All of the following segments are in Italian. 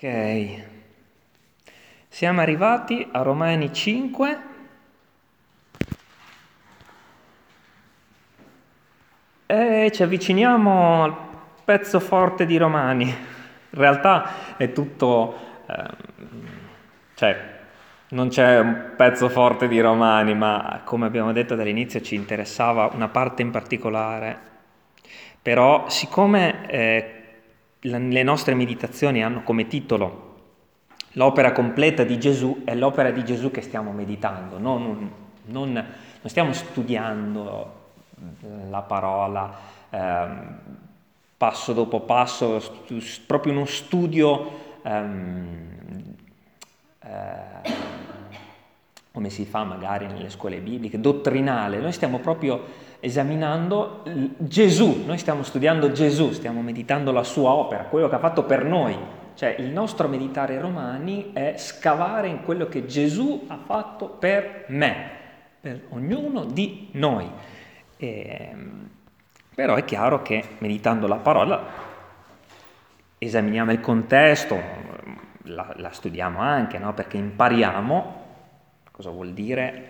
Ok, siamo arrivati a Romani 5 e ci avviciniamo al pezzo forte di Romani. In realtà è tutto, cioè non c'è un pezzo forte di Romani, ma come abbiamo detto dall'inizio ci interessava una parte in particolare. Però siccome le nostre meditazioni hanno come titolo l'opera completa di Gesù, è l'opera di Gesù che stiamo meditando, non stiamo studiando la parola passo dopo passo, proprio uno studio come si fa magari nelle scuole bibliche, dottrinale. Noi stiamo proprio esaminando Gesù, noi stiamo studiando Gesù, stiamo meditando la sua opera, quello che ha fatto per noi. Cioè il nostro meditare Romani è scavare in quello che Gesù ha fatto per me, per ognuno di noi. Però è chiaro che meditando la parola esaminiamo il contesto, la studiamo anche, no? Perché impariamo cosa vuol dire,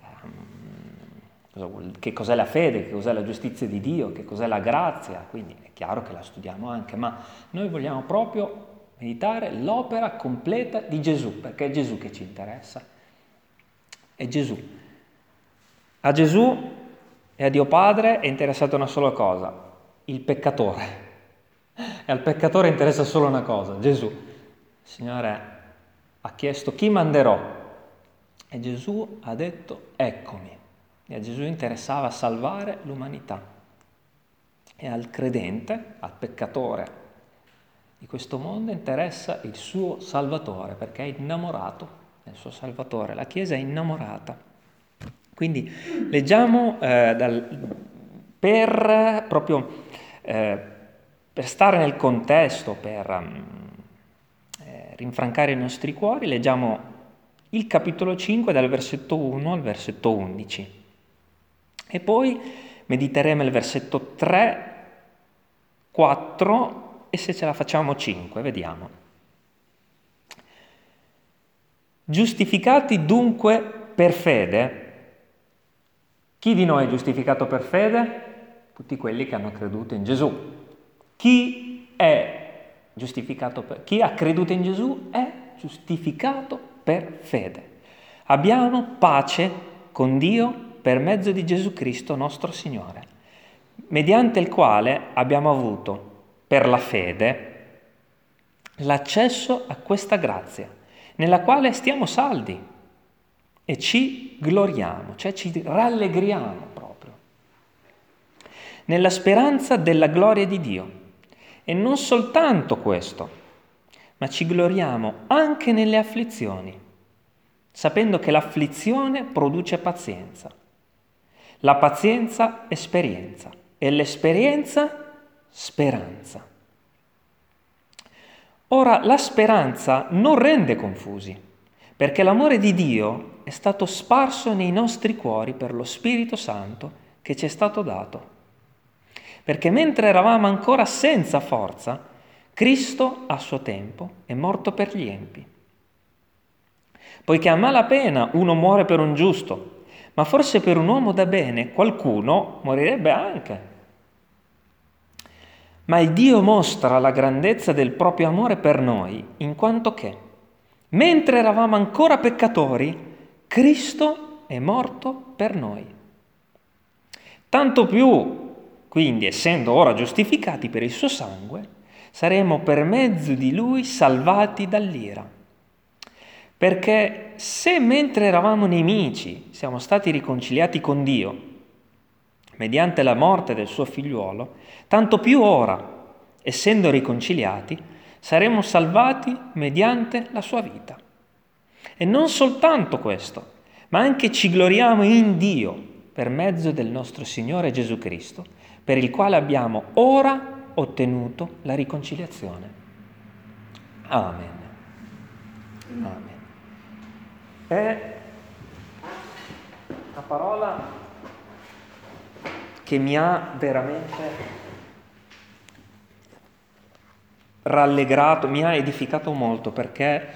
che cos'è la fede, che cos'è la giustizia di Dio, che cos'è la grazia, quindi è chiaro che la studiamo anche, ma noi vogliamo proprio meditare l'opera completa di Gesù, perché è Gesù che ci interessa, è Gesù. A Gesù e a Dio Padre è interessata una sola cosa, il peccatore. E al peccatore interessa solo una cosa, Gesù. Il Signore ha chiesto chi manderò e Gesù ha detto eccomi. E a Gesù interessava salvare l'umanità. E al credente, al peccatore di questo mondo interessa il suo Salvatore, perché è innamorato del suo Salvatore. La Chiesa è innamorata. Quindi leggiamo per stare nel contesto, per rinfrancare i nostri cuori, leggiamo il capitolo 5 dal versetto 1 al versetto 11 e poi mediteremo il versetto 3, 4 e se ce la facciamo 5, vediamo. Giustificati dunque per fede. Chi di noi è giustificato per fede? Tutti quelli che hanno creduto in Gesù. Chi ha creduto in Gesù è giustificato per fede. Abbiamo pace con Dio per mezzo di Gesù Cristo nostro Signore, mediante il quale abbiamo avuto, per la fede, l'accesso a questa grazia, nella quale stiamo saldi e ci gloriamo, cioè ci rallegriamo proprio, nella speranza della gloria di Dio. E non soltanto questo, ma ci gloriamo anche nelle afflizioni, sapendo che l'afflizione produce pazienza, la pazienza esperienza e l'esperienza speranza. Ora, la speranza non rende confusi, perché l'amore di Dio è stato sparso nei nostri cuori per lo Spirito Santo che ci è stato dato. Perché mentre eravamo ancora senza forza, Cristo a suo tempo è morto per gli empi. Poiché a malapena uno muore per un giusto, ma forse per un uomo da bene qualcuno morirebbe anche. Ma il Dio mostra la grandezza del proprio amore per noi, in quanto che, mentre eravamo ancora peccatori, Cristo è morto per noi. Tanto più, quindi, essendo ora giustificati per il suo sangue, saremo per mezzo di lui salvati dall'ira. Perché se mentre eravamo nemici siamo stati riconciliati con Dio, mediante la morte del suo figliuolo, tanto più ora, essendo riconciliati, saremo salvati mediante la sua vita. E non soltanto questo, ma anche ci gloriamo in Dio per mezzo del nostro Signore Gesù Cristo, per il quale abbiamo ora ottenuto la riconciliazione. Amen. Amen. È una parola che mi ha veramente rallegrato, mi ha edificato molto, perché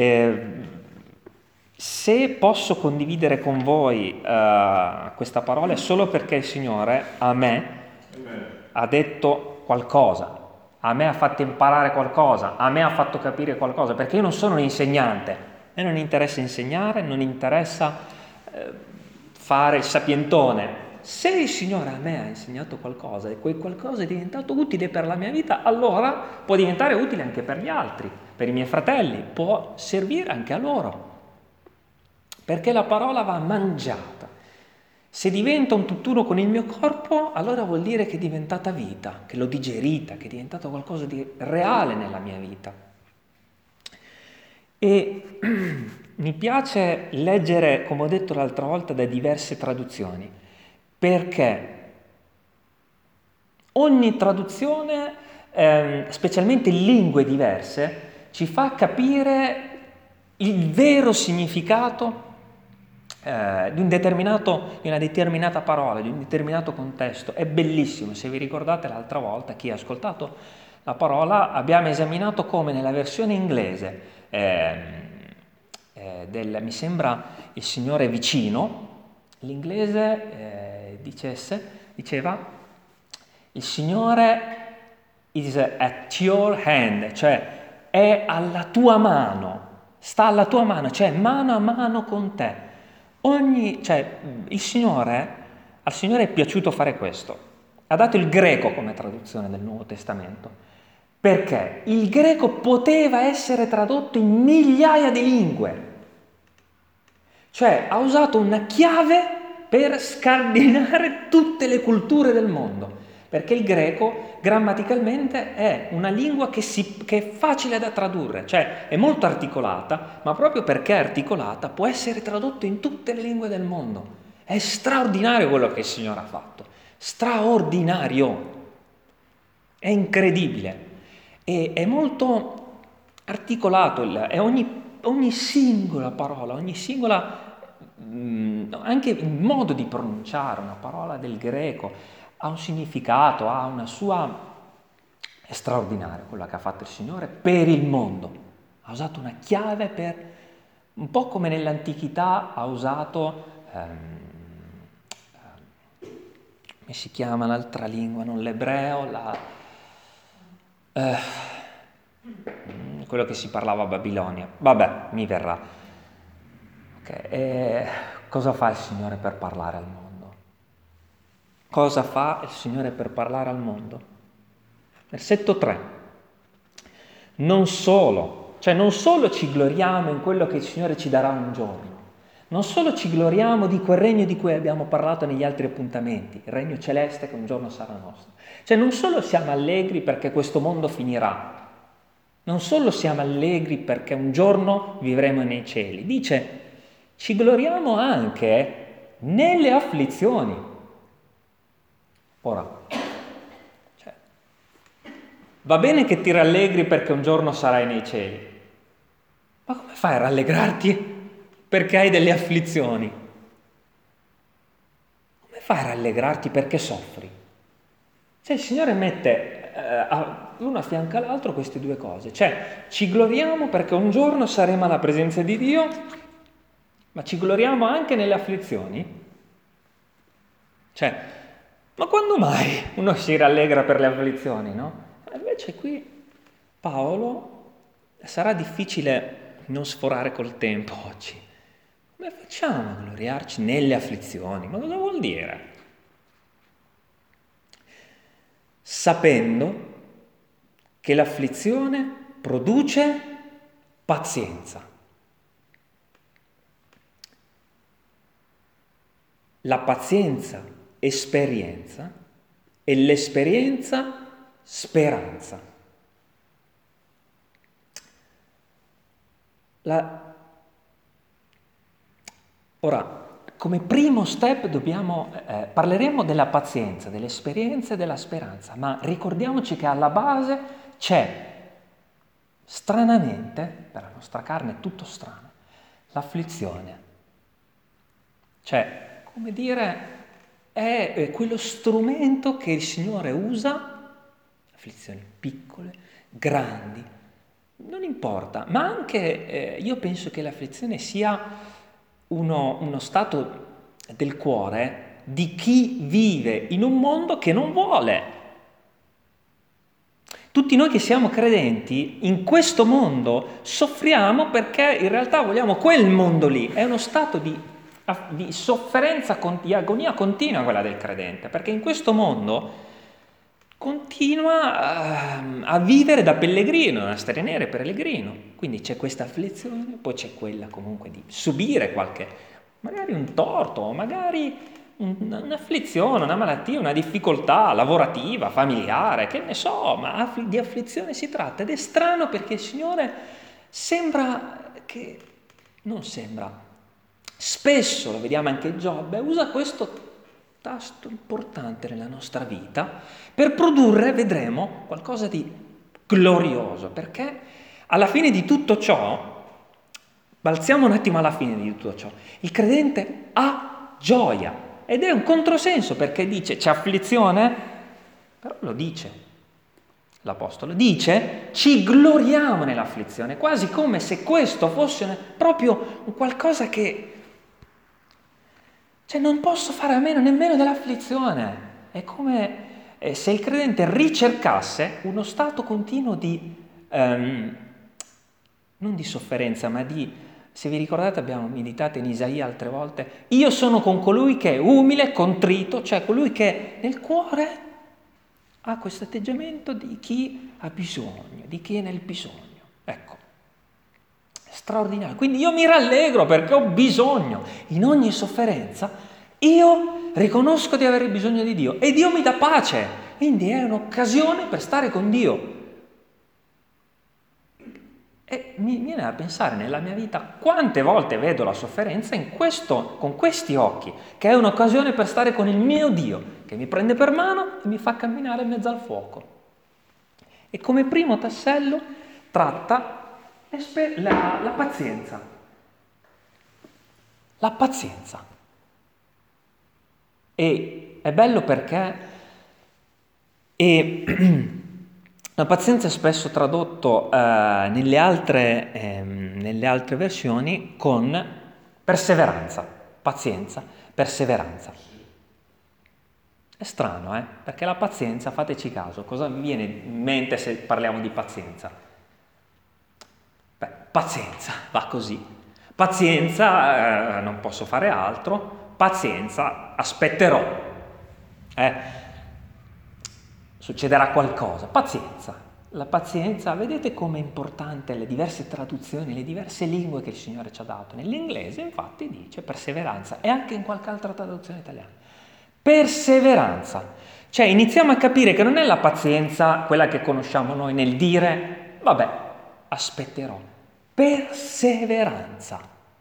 se posso condividere con voi questa parola è solo perché il Signore a me ha detto qualcosa, a me ha fatto imparare qualcosa, a me ha fatto capire qualcosa, perché io non sono un insegnante, a me non interessa insegnare, non interessa fare il sapientone. Se il Signore a me ha insegnato qualcosa e quel qualcosa è diventato utile per la mia vita, allora può diventare utile anche per gli altri, per i miei fratelli, può servire anche a loro, perché la parola va mangiata. Se diventa un tutt'uno con il mio corpo, allora vuol dire che è diventata vita, che l'ho digerita, che è diventato qualcosa di reale nella mia vita. E mi piace leggere, come ho detto l'altra volta, da diverse traduzioni, perché ogni traduzione, specialmente in lingue diverse, ci fa capire il vero significato di una determinata parola, di un determinato contesto. È bellissimo. Se vi ricordate l'altra volta, chi ha ascoltato la parola, abbiamo esaminato come nella versione inglese mi sembra Il Signore è vicino, l'inglese diceva il Signore is at your hand, cioè è alla tua mano, sta alla tua mano, cioè mano a mano con te. Al Signore è piaciuto fare questo. Ha dato il greco come traduzione del Nuovo Testamento, perché il greco poteva essere tradotto in migliaia di lingue. Cioè ha usato una chiave per scardinare tutte le culture del mondo, perché il greco grammaticalmente è una lingua che è facile da tradurre, cioè è molto articolata, ma proprio perché è articolata può essere tradotto in tutte le lingue del mondo. È straordinario quello che il Signore ha fatto, straordinario, è incredibile, e è molto articolato, e ogni singola parola, ogni singola anche il modo di pronunciare una parola del greco ha un significato, ha una sua... È straordinario quello che ha fatto il Signore per il mondo. Ha usato una chiave per... un po' come nell'antichità ha usato... come si chiama l'altra lingua? Non l'ebreo, quello che si parlava a Babilonia. Vabbè, mi verrà. Okay. Cosa fa il Signore per parlare al mondo? Cosa fa il Signore per parlare al mondo? Versetto 3. Non solo ci gloriamo in quello che il Signore ci darà un giorno, non solo ci gloriamo di quel regno di cui abbiamo parlato negli altri appuntamenti, il regno celeste che un giorno sarà nostro. Cioè non solo siamo allegri perché questo mondo finirà, non solo siamo allegri perché un giorno vivremo nei cieli, dice ci gloriamo anche nelle afflizioni. Ora, va bene che ti rallegri perché un giorno sarai nei cieli, ma come fai a rallegrarti perché hai delle afflizioni? Come fai a rallegrarti perché soffri? Cioè il Signore mette l'uno a fianco all'altro queste due cose, cioè ci gloriamo perché un giorno saremo alla presenza di Dio, ma ci gloriamo anche nelle afflizioni? Cioè, ma quando mai uno si rallegra per le afflizioni, no? Invece qui Paolo, sarà difficile non sforare col tempo oggi. Come facciamo a gloriarci nelle afflizioni? Ma cosa vuol dire? Sapendo che l'afflizione produce pazienza. La pazienza esperienza e l'esperienza speranza. Ora, come primo step parleremo della pazienza, dell'esperienza e della speranza, ma ricordiamoci che alla base c'è, stranamente, per la nostra carne è tutto strano, l'afflizione. Cioè, come dire, è quello strumento che il Signore usa, afflizioni piccole, grandi, non importa, ma anche io penso che l'afflizione sia uno stato del cuore di chi vive in un mondo che non vuole. Tutti noi che siamo credenti in questo mondo soffriamo perché in realtà vogliamo quel mondo lì, è uno stato di sofferenza, di agonia continua quella del credente, perché in questo mondo continua a vivere da pellegrino, da straniero peregrino, quindi c'è questa afflizione, poi c'è quella comunque di subire magari un torto, magari un'afflizione, una malattia, una difficoltà lavorativa, familiare, che ne so, ma di afflizione si tratta ed è strano perché il Signore spesso, lo vediamo anche in Giobbe, usa questo tasto importante nella nostra vita per produrre, vedremo, qualcosa di glorioso, perché alla fine di tutto ciò, balziamo un attimo alla fine di tutto ciò, il credente ha gioia ed è un controsenso perché dice c'è afflizione, però lo dice l'Apostolo, dice ci gloriamo nell'afflizione, quasi come se questo fosse proprio un qualcosa che non posso fare a meno nemmeno dell'afflizione. È come se il credente ricercasse uno stato continuo non di sofferenza, ma se vi ricordate abbiamo meditato in Isaia altre volte, io sono con colui che è umile, contrito, cioè colui che nel cuore ha questo atteggiamento di chi ha bisogno, di chi è nel bisogno. Ecco. Straordinario, quindi io mi rallegro perché ho bisogno, in ogni sofferenza io riconosco di avere bisogno di Dio e Dio mi dà pace, quindi è un'occasione per stare con Dio. E mi viene da pensare nella mia vita quante volte vedo la sofferenza con questi occhi, che è un'occasione per stare con il mio Dio, che mi prende per mano e mi fa camminare in mezzo al fuoco. E come primo tassello tratta la pazienza. La pazienza. E è bello perché la pazienza è spesso tradotto nelle altre versioni con perseveranza. Pazienza, perseveranza. È strano, perché la pazienza, fateci caso, cosa vi viene in mente se parliamo di pazienza? Pazienza, va così. Pazienza, non posso fare altro. Pazienza, aspetterò. Succederà qualcosa. Pazienza. La pazienza, vedete com'è importante le diverse traduzioni, le diverse lingue che il Signore ci ha dato. Nell'inglese, infatti, dice perseveranza e anche in qualche altra traduzione italiana. Perseveranza. Cioè, iniziamo a capire che non è la pazienza quella che conosciamo noi nel dire, vabbè, aspetterò. Perseveranza.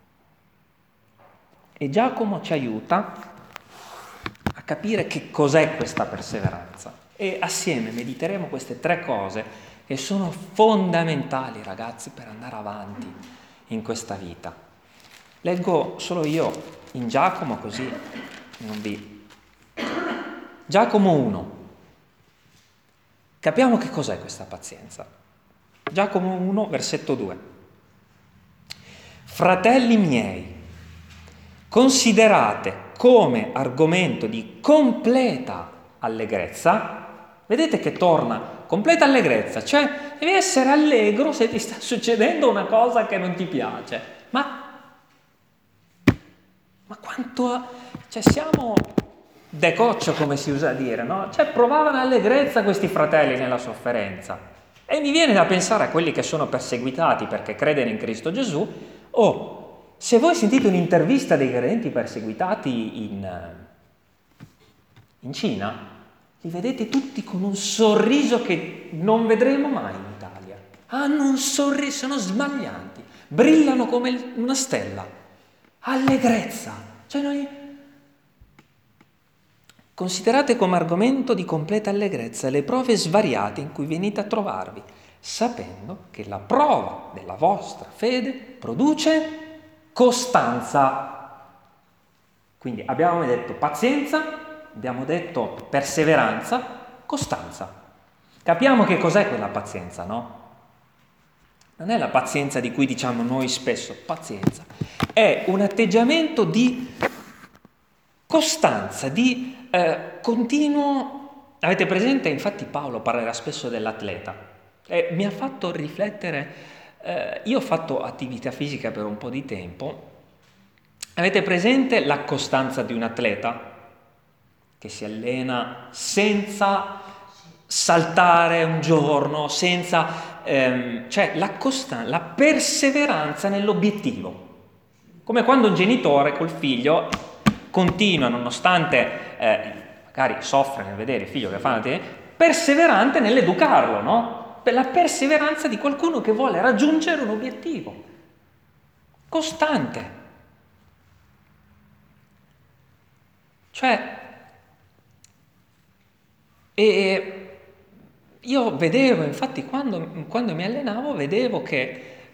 E Giacomo ci aiuta a capire che cos'è questa perseveranza. E assieme mediteremo queste 3 cose che sono fondamentali, ragazzi, per andare avanti in questa vita. Leggo solo io in Giacomo, così non vi... Giacomo 1. Capiamo che cos'è questa pazienza. Giacomo 1, versetto 2. Fratelli miei, considerate come argomento di completa allegrezza, vedete che torna, completa allegrezza, cioè devi essere allegro se ti sta succedendo una cosa che non ti piace, ma quanto, siamo decoccio come si usa a dire, no? Provavano allegrezza questi fratelli nella sofferenza e mi viene da pensare a quelli che sono perseguitati perché credono in Cristo Gesù. Se voi sentite un'intervista dei credenti perseguitati in Cina, li vedete tutti con un sorriso che non vedremo mai in Italia. Hanno un sorriso, sono smaglianti, brillano come una stella. Allegrezza. Considerate come argomento di completa allegrezza le prove svariate in cui venite a trovarvi, sapendo che la prova della vostra fede produce costanza. Quindi abbiamo detto pazienza, abbiamo detto perseveranza, costanza. Capiamo che cos'è quella pazienza, no? Non è la pazienza di cui diciamo noi spesso, pazienza. È un atteggiamento di costanza, di continuo. Avete presente? Infatti Paolo parlerà spesso dell'atleta. Mi ha fatto riflettere, io ho fatto attività fisica per un po' di tempo. Avete presente la costanza di un atleta che si allena senza saltare un giorno, senza, cioè la perseveranza nell'obiettivo. Come quando un genitore col figlio continua, nonostante magari soffre nel vedere il figlio che fa una perseverante nell'educarlo, no? Per la perseveranza di qualcuno che vuole raggiungere un obiettivo. Costante. Cioè, e io vedevo, infatti, quando mi allenavo, vedevo che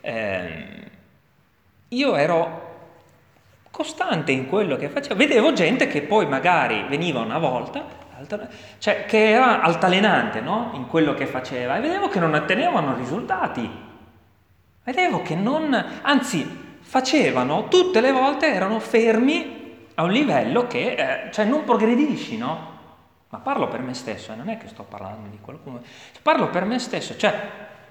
io ero costante in quello che facevo. Vedevo gente che poi magari veniva una volta, cioè che era altalenante, no? In quello che faceva, e vedevo che non ottenevano risultati. Vedevo che non, anzi, facevano tutte le volte, erano fermi a un livello che, cioè non progredisci, no? Ma parlo per me stesso, non è che sto parlando di qualcuno, parlo per me stesso, cioè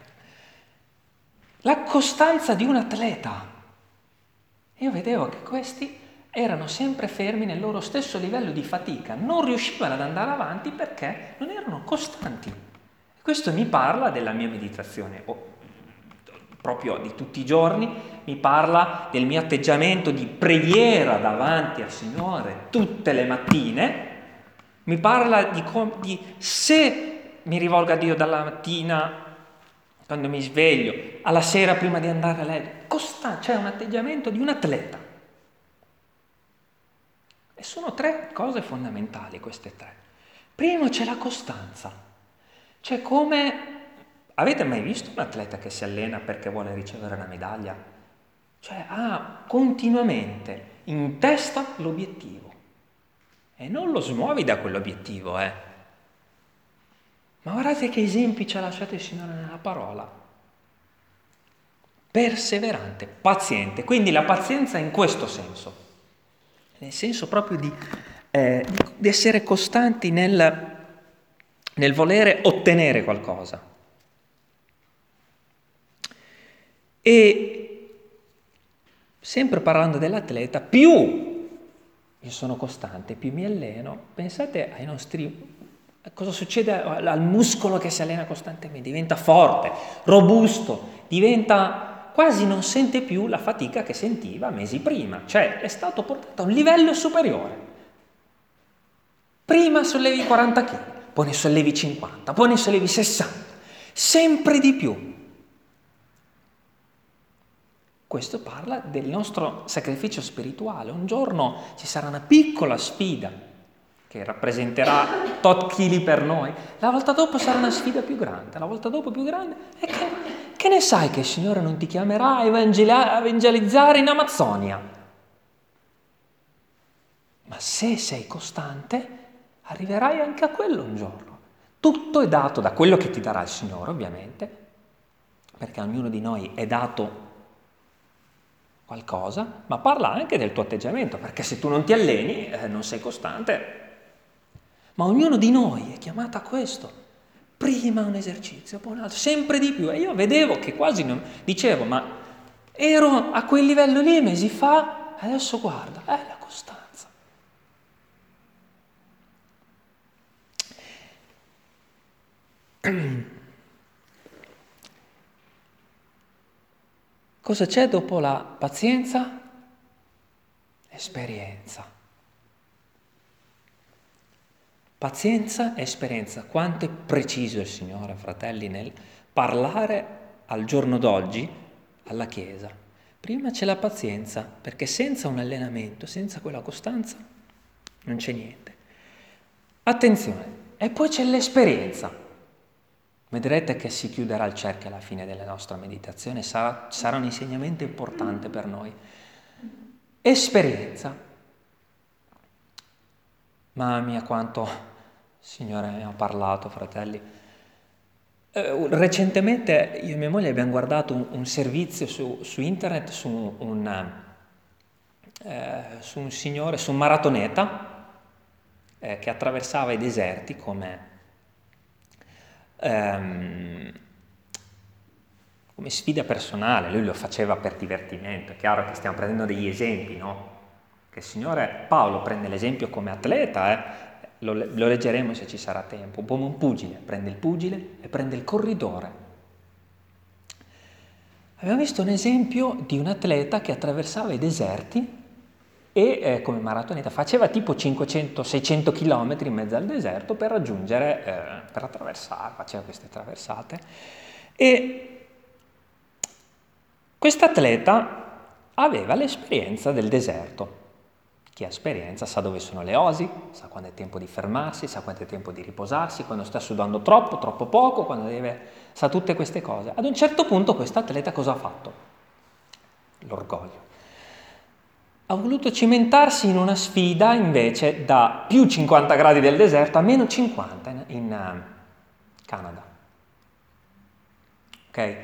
la costanza di un atleta. Io vedevo che questi erano sempre fermi nel loro stesso livello di fatica, non riuscivano ad andare avanti perché non erano costanti. Questo mi parla della mia meditazione, proprio di tutti i giorni, mi parla del mio atteggiamento di preghiera davanti al Signore tutte le mattine, mi parla di se mi rivolgo a Dio dalla mattina quando mi sveglio, alla sera prima di andare a letto, c'è un atteggiamento di un atleta. E sono tre cose fondamentali queste tre. Primo c'è la costanza, cioè come. Avete mai visto un atleta che si allena perché vuole ricevere una medaglia? Cioè ha continuamente in testa l'obiettivo e non lo smuovi da quell'obiettivo, Ma guardate che esempi ci ha lasciato il Signore nella parola. Perseverante, paziente, quindi la pazienza in questo senso, nel senso proprio di essere costanti nel volere ottenere qualcosa. E sempre parlando dell'atleta, più io sono costante, più mi alleno, pensate ai nostri. Cosa succede al muscolo che si allena costantemente? Diventa forte, robusto, quasi non sente più la fatica che sentiva mesi prima, cioè è stato portato a un livello superiore. Prima sollevi 40 kg, poi ne sollevi 50, poi ne sollevi 60, sempre di più. Questo parla del nostro sacrificio spirituale. Un giorno ci sarà una piccola sfida che rappresenterà tot chili per noi, la volta dopo sarà una sfida più grande, la volta dopo più grande, e che ne sai che il Signore non ti chiamerà a evangelizzare in Amazzonia? Ma se sei costante, arriverai anche a quello un giorno. Tutto è dato da quello che ti darà il Signore, ovviamente, perché a ognuno di noi è dato qualcosa, ma parla anche del tuo atteggiamento, perché se tu non ti alleni, non sei costante. Ma ognuno di noi è chiamato a questo. Prima un esercizio, poi un altro, sempre di più. E io vedevo che quasi non. Dicevo, ma ero a quel livello lì mesi fa, adesso guarda, è la costanza. Cosa c'è dopo la pazienza? Esperienza. Pazienza e esperienza. Quanto è preciso il Signore, fratelli, nel parlare al giorno d'oggi alla Chiesa. Prima c'è la pazienza, perché senza un allenamento, senza quella costanza, non c'è niente. Attenzione, e poi c'è l'esperienza. Vedrete che si chiuderà il cerchio alla fine della nostra meditazione, sarà un insegnamento importante per noi. Esperienza. Mamma mia, quanto il Signore mi ha parlato, fratelli. Recentemente io e mia moglie abbiamo guardato un servizio su internet su un signore, su un maratoneta che attraversava i deserti ehm, come sfida personale. Lui lo faceva per divertimento. È chiaro che stiamo prendendo degli esempi, no? Che il signore Paolo prende l'esempio come atleta, lo leggeremo se ci sarà tempo, come un pugile, prende il pugile e prende il corridore. Abbiamo visto un esempio di un atleta che attraversava i deserti e come maratoneta faceva tipo 500-600 km in mezzo al deserto per raggiungere, per attraversare, faceva queste traversate. E quest'atleta aveva l'esperienza del deserto. Chi ha esperienza sa dove sono le osi, sa quando è tempo di fermarsi, sa quando è tempo di riposarsi, quando sta sudando troppo, troppo poco, sa tutte queste cose. Ad un certo punto questo atleta cosa ha fatto? L'orgoglio. Ha voluto cimentarsi in una sfida invece da più 50 gradi del deserto a meno 50 in Canada. Ok?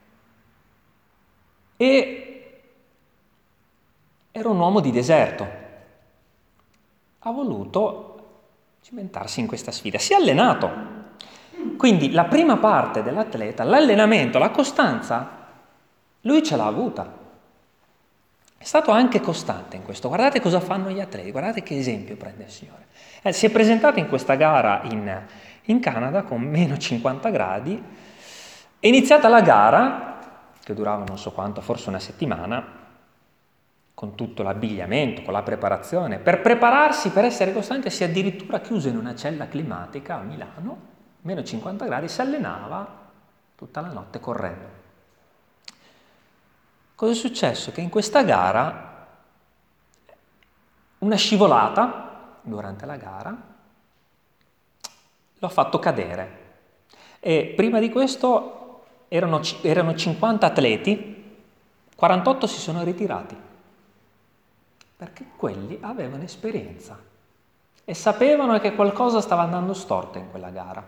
E era un uomo di deserto. Ha voluto cimentarsi in questa sfida, si è allenato. Quindi la prima parte dell'atleta, l'allenamento, la costanza, lui ce l'ha avuta. È stato anche costante in questo. Guardate cosa fanno gli atleti, guardate che esempio prende il Signore. Si è presentato in questa gara in Canada con meno 50 gradi, è iniziata la gara, che durava non so quanto, forse una settimana, con tutto l'abbigliamento, con la preparazione. Per prepararsi, per essere costante, si è addirittura chiuso in una cella climatica a Milano, meno 50 gradi, si allenava tutta la notte correndo. Cosa è successo? Che in questa gara, una scivolata durante la gara, l'ho fatto cadere. E prima di questo erano 50 atleti, 48 si sono ritirati. Perché quelli avevano esperienza e sapevano che qualcosa stava andando storto in quella gara.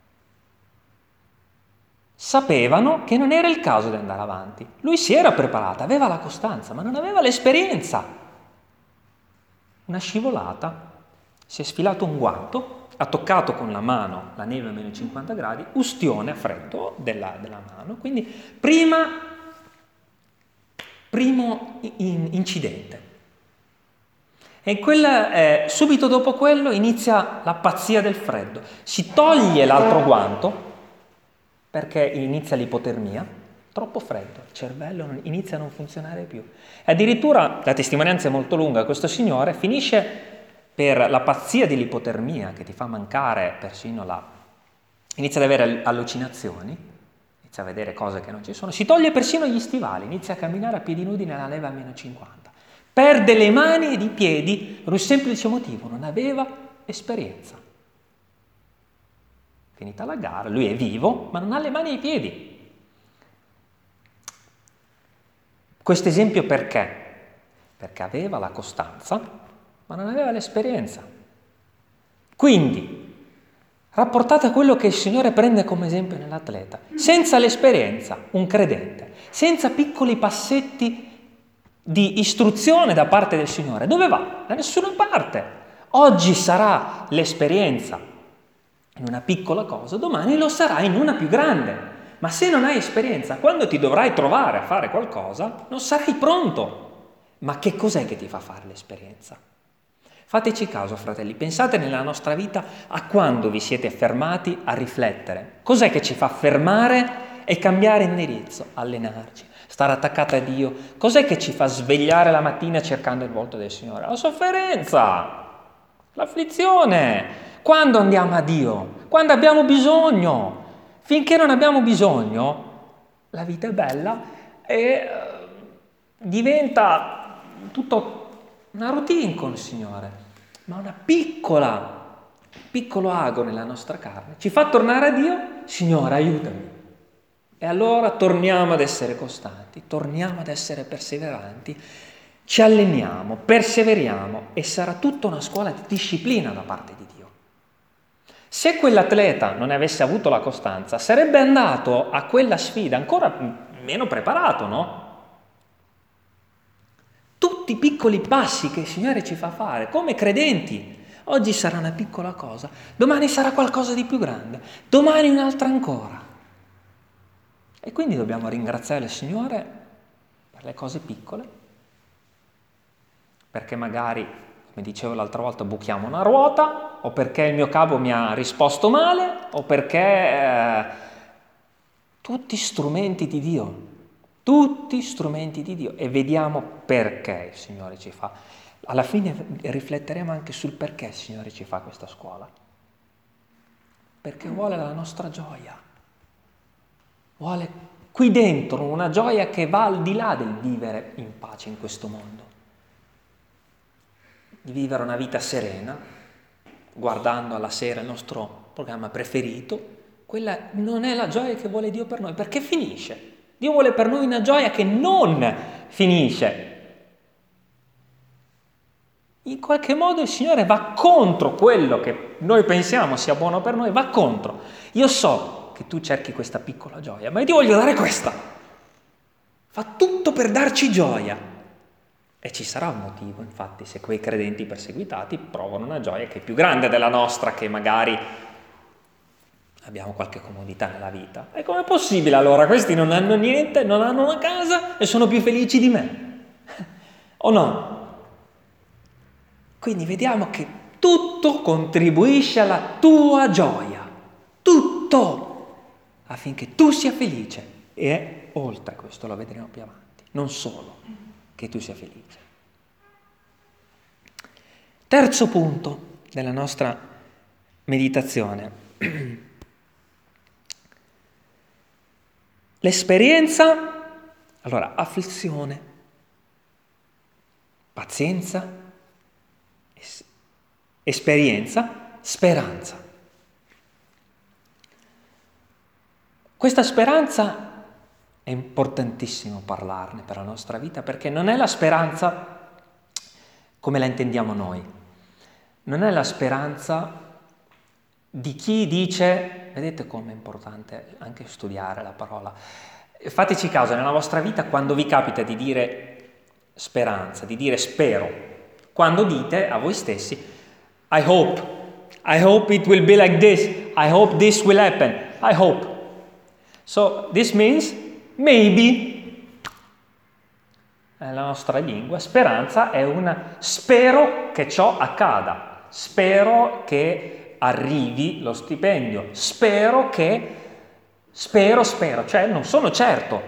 Sapevano che non era il caso di andare avanti. Lui si era preparato, aveva la costanza, ma non aveva l'esperienza. Una scivolata, si è sfilato un guanto, ha toccato con la mano la neve a meno 50 gradi, ustione a freddo della mano, quindi primo incidente. E subito dopo quello inizia la pazzia del freddo. Si toglie l'altro guanto perché inizia l'ipotermia, troppo freddo, il cervello inizia a non funzionare più. E addirittura, la testimonianza è molto lunga, questo signore finisce per la pazzia dell'ipotermia che ti fa mancare persino inizia ad avere allucinazioni, inizia a vedere cose che non ci sono, si toglie persino gli stivali, inizia a camminare a piedi nudi nella neve a meno 50. Perde le mani ed i piedi per un semplice motivo, non aveva esperienza. Finita la gara, lui è vivo, ma non ha le mani e i piedi. Questo esempio perché? Perché aveva la costanza, ma non aveva l'esperienza. Quindi, rapportate a quello che il Signore prende come esempio nell'atleta, senza l'esperienza, un credente, senza piccoli passetti di istruzione da parte del Signore, dove va? Da nessuna parte. Oggi sarà l'esperienza in una piccola cosa, domani lo sarà in una più grande. Ma se non hai esperienza, quando ti dovrai trovare a fare qualcosa, non sarai pronto. Ma che cos'è che ti fa fare l'esperienza? Fateci caso, fratelli, pensate nella nostra vita a quando vi siete fermati a riflettere. Cos'è che ci fa fermare e cambiare indirizzo? Allenarci, stare attaccati a Dio. Cos'è che ci fa svegliare la mattina cercando il volto del Signore? La sofferenza, l'afflizione. Quando andiamo a Dio? Quando abbiamo bisogno. Finché non abbiamo bisogno, la vita è bella e diventa tutto una routine con il Signore, ma un piccolo ago nella nostra carne ci fa tornare a Dio. Signore, aiutami. E allora torniamo ad essere costanti, torniamo ad essere perseveranti, ci alleniamo, perseveriamo e sarà tutta una scuola di disciplina da parte di Dio. Se quell'atleta non avesse avuto la costanza, sarebbe andato a quella sfida ancora meno preparato, no? Tutti i piccoli passi che il Signore ci fa fare, come credenti. Oggi sarà una piccola cosa, domani sarà qualcosa di più grande, domani un'altra ancora. E quindi dobbiamo ringraziare il Signore per le cose piccole, perché magari, come dicevo l'altra volta, buchiamo una ruota, o perché il mio capo mi ha risposto male, o perché tutti strumenti di Dio. Tutti strumenti di Dio, e vediamo perché il Signore ci fa. Alla fine rifletteremo anche sul perché il Signore ci fa questa scuola. Perché vuole la nostra gioia. Vuole qui dentro una gioia che va al di là del vivere in pace in questo mondo. Di vivere una vita serena, guardando alla sera il nostro programma preferito. Quella non è la gioia che vuole Dio per noi, perché finisce. Dio vuole per noi una gioia che non finisce. In qualche modo il Signore va contro quello che noi pensiamo sia buono per noi, va contro. Io so che tu cerchi questa piccola gioia, ma io ti voglio dare questa. Fa tutto per darci gioia. E ci sarà un motivo, infatti, se quei credenti perseguitati provano una gioia che è più grande della nostra, che magari abbiamo qualche comodità nella vita. E com'è possibile allora? Questi non hanno niente, non hanno una casa e sono più felici di me. O no? Quindi vediamo che tutto contribuisce alla tua gioia. Tutto! Affinché tu sia felice. E oltre a questo lo vedremo più avanti. Non solo che tu sia felice. Terzo punto della nostra meditazione. L'esperienza, allora, afflizione, pazienza, esperienza, speranza. Questa speranza è importantissimo parlarne per la nostra vita, perché non è la speranza come la intendiamo noi, non è la speranza di chi dice, vedete com'è importante anche studiare la parola. Fateci caso nella vostra vita quando vi capita di dire speranza, di dire spero, quando dite a voi stessi I hope it will be like this, I hope this will happen, I hope. So this means maybe. Nella nostra lingua speranza è una spero che ciò accada, spero che arrivi lo stipendio, spero, cioè non sono certo.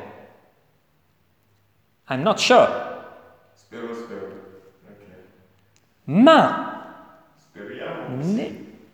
I'm not sure. Spero. Okay. Ma speriamo.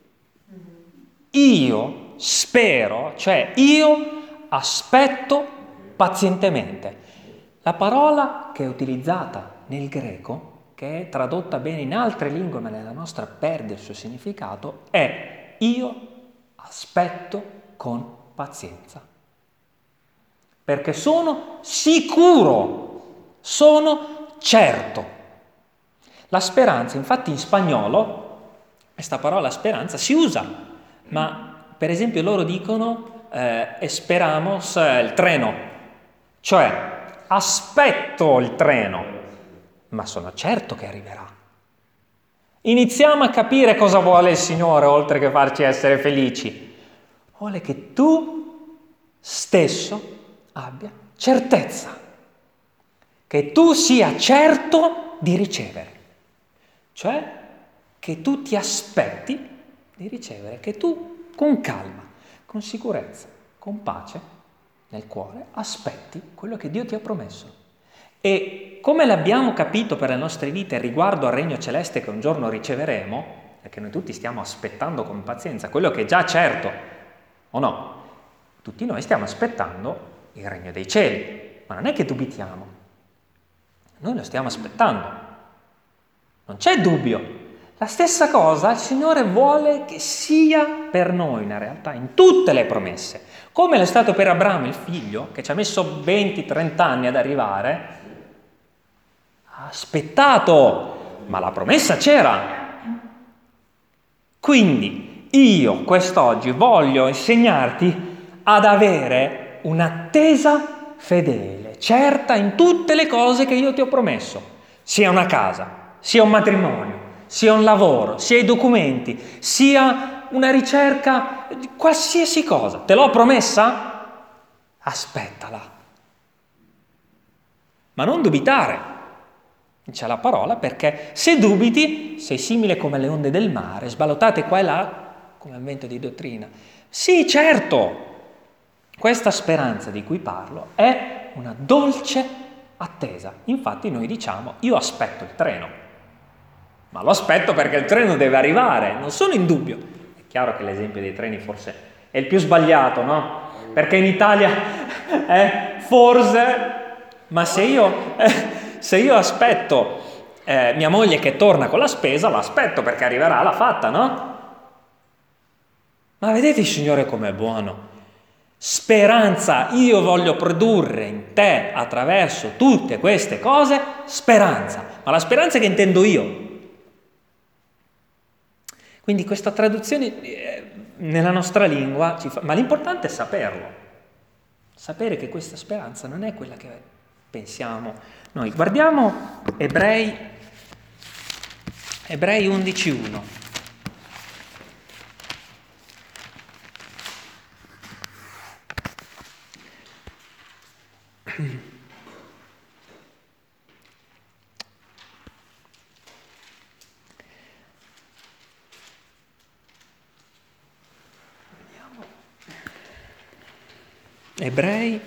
Io spero, cioè io aspetto pazientemente. La parola che è utilizzata nel greco, che è tradotta bene in altre lingue ma nella nostra perde il suo significato, è io aspetto con pazienza. Perché sono sicuro, sono certo. La speranza, infatti in spagnolo, questa parola speranza si usa, ma per esempio loro dicono esperamos il treno, cioè aspetto il treno, ma sono certo che arriverà. Iniziamo a capire cosa vuole il Signore, oltre che farci essere felici. Vuole che tu stesso abbia certezza, che tu sia certo di ricevere, cioè che tu ti aspetti di ricevere, che tu con calma, con sicurezza, con pace nel cuore aspetti quello che Dio ti ha promesso. E come l'abbiamo capito per le nostre vite riguardo al regno celeste che un giorno riceveremo, perché noi tutti stiamo aspettando con pazienza quello che è già certo, o no? Tutti noi stiamo aspettando il regno dei cieli, ma non è che dubitiamo, noi lo stiamo aspettando, non c'è dubbio. La stessa cosa il Signore vuole che sia per noi una realtà in tutte le promesse, come è stato per Abramo il figlio, che ci ha messo 20-30 anni ad arrivare, ha aspettato, ma la promessa c'era. Quindi io quest'oggi voglio insegnarti ad avere un'attesa fedele, certa in tutte le cose che io ti ho promesso, sia una casa, sia un matrimonio, sia un lavoro, sia i documenti, sia una ricerca, qualsiasi cosa. Te l'ho promessa? Aspettala. Ma non dubitare, dice la parola, perché se dubiti sei simile come le onde del mare, sballottate qua e là come al vento di dottrina. Sì, certo, questa speranza di cui parlo è una dolce attesa. Infatti noi diciamo, io aspetto il treno, ma lo aspetto perché il treno deve arrivare, non sono in dubbio. È chiaro che l'esempio dei treni forse è il più sbagliato, no? Perché in Italia forse, ma se io aspetto mia moglie che torna con la spesa, l'aspetto perché arriverà, l'ha fatta, no? Ma vedete il Signore com'è buono? Speranza, io voglio produrre in te attraverso tutte queste cose speranza, ma la speranza che intendo io. Quindi questa traduzione nella nostra lingua ma l'importante è saperlo, sapere che questa speranza non è quella che pensiamo noi. Guardiamo Ebrei 11:1. Ebrei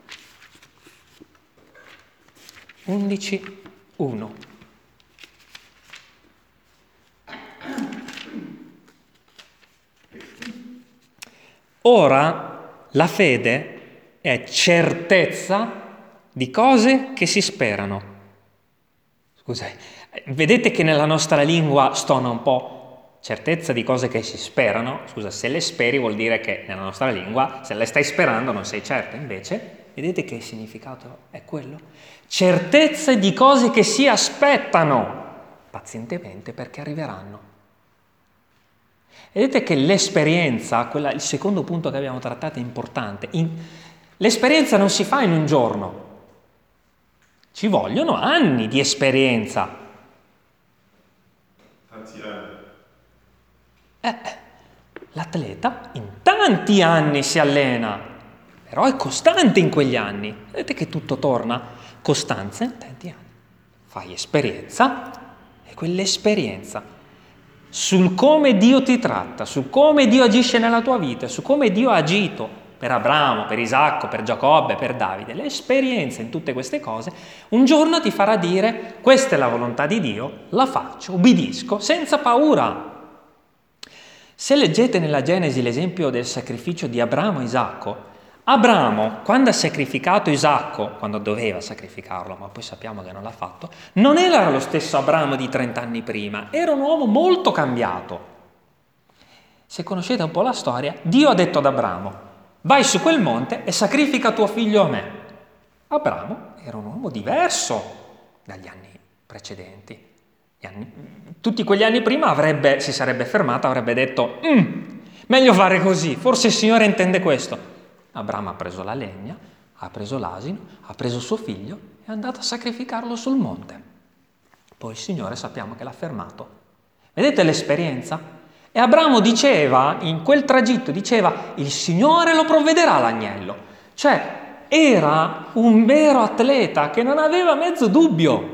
11:1. Ora la fede è certezza di cose che si sperano. Scusate, vedete che nella nostra lingua stona un po'? Certezza di cose che si sperano. Scusa, se le speri vuol dire che nella nostra lingua, se le stai sperando non sei certa. Invece, vedete che il significato è quello? Certezza di cose che si aspettano pazientemente perché arriveranno. Vedete che l'esperienza, il secondo punto che abbiamo trattato è importante. L'esperienza non si fa in un giorno. Ci vogliono anni di esperienza. Tanti anni. L'atleta in tanti anni si allena, però è costante in quegli anni. Vedete che tutto torna? Costanza in tanti anni. Fai esperienza e quell'esperienza sul come Dio ti tratta, su come Dio agisce nella tua vita, su come Dio ha agito per Abramo, per Isacco, per Giacobbe, per Davide. L'esperienza in tutte queste cose un giorno ti farà dire: questa è la volontà di Dio, la faccio, ubbidisco senza paura. Se leggete nella Genesi l'esempio del sacrificio di Abramo e Isacco, Abramo, quando ha sacrificato Isacco, quando doveva sacrificarlo, ma poi sappiamo che non l'ha fatto, non era lo stesso Abramo di 30 anni prima, era un uomo molto cambiato. Se conoscete un po' la storia, Dio ha detto ad Abramo: vai su quel monte e sacrifica tuo figlio a me. Abramo era un uomo diverso dagli anni precedenti. Tutti quegli anni prima si sarebbe fermato, avrebbe detto: meglio fare così, forse il Signore intende questo. Abramo ha preso la legna, ha preso l'asino, ha preso suo figlio e è andato a sacrificarlo sul monte. Poi il Signore sappiamo che l'ha fermato. Vedete l'esperienza? E Abramo diceva, in quel tragitto, diceva: il Signore lo provvederà l'agnello. Cioè, era un vero atleta che non aveva mezzo dubbio.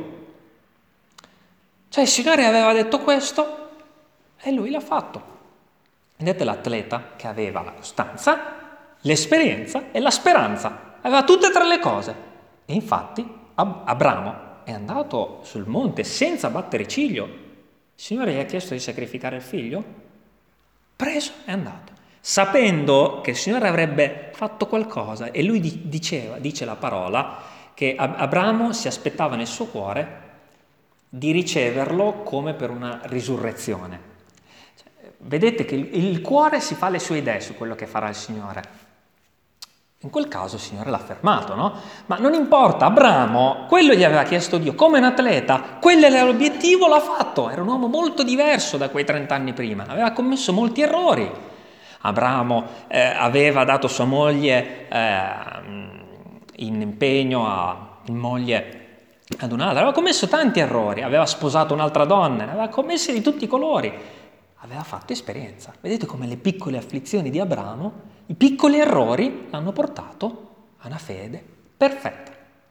Cioè il Signore aveva detto questo e lui l'ha fatto. Vedete l'atleta che aveva la costanza, l'esperienza e la speranza. Aveva tutte e tre le cose. E infatti Abramo è andato sul monte senza battere ciglio. Il Signore gli ha chiesto di sacrificare il figlio. Preso e andato. Sapendo che il Signore avrebbe fatto qualcosa e lui dice la parola che Abramo si aspettava nel suo cuore di riceverlo come per una risurrezione. Vedete che il cuore si fa le sue idee su quello che farà il Signore. In quel caso il Signore l'ha fermato, no? Ma non importa, Abramo, quello gli aveva chiesto Dio, come un atleta, quello era l'obiettivo, l'ha fatto. Era un uomo molto diverso da quei 30 anni prima, aveva commesso molti errori. Abramo aveva dato sua moglie in impegno in moglie ad un'altra, aveva commesso tanti errori, aveva sposato un'altra donna, ne aveva commessi di tutti i colori, aveva fatto esperienza. Vedete come le piccole afflizioni di Abramo, i piccoli errori l'hanno portato a una fede perfetta.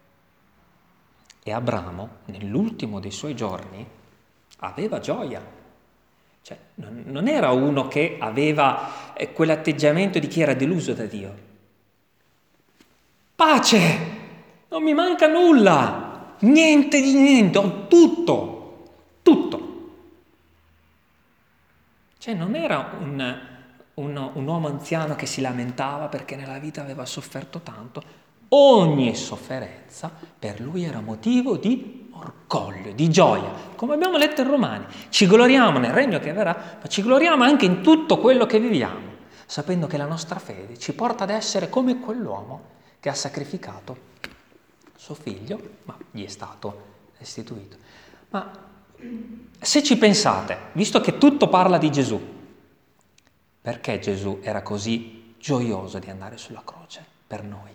E Abramo, nell'ultimo dei suoi giorni, aveva gioia. Cioè, non era uno che aveva quell'atteggiamento di chi era deluso da Dio. Pace! Non mi manca nulla! Niente di niente, ho tutto! Tutto! Cioè, non era un uomo anziano che si lamentava perché nella vita aveva sofferto tanto. Ogni sofferenza per lui era motivo di orgoglio, di gioia, come abbiamo letto in Romani. Ci gloriamo nel regno che verrà, ma ci gloriamo anche in tutto quello che viviamo, sapendo che la nostra fede ci porta ad essere come quell'uomo che ha sacrificato suo figlio, ma gli è stato restituito. Ma se ci pensate, visto che tutto parla di Gesù, perché Gesù era così gioioso di andare sulla croce per noi?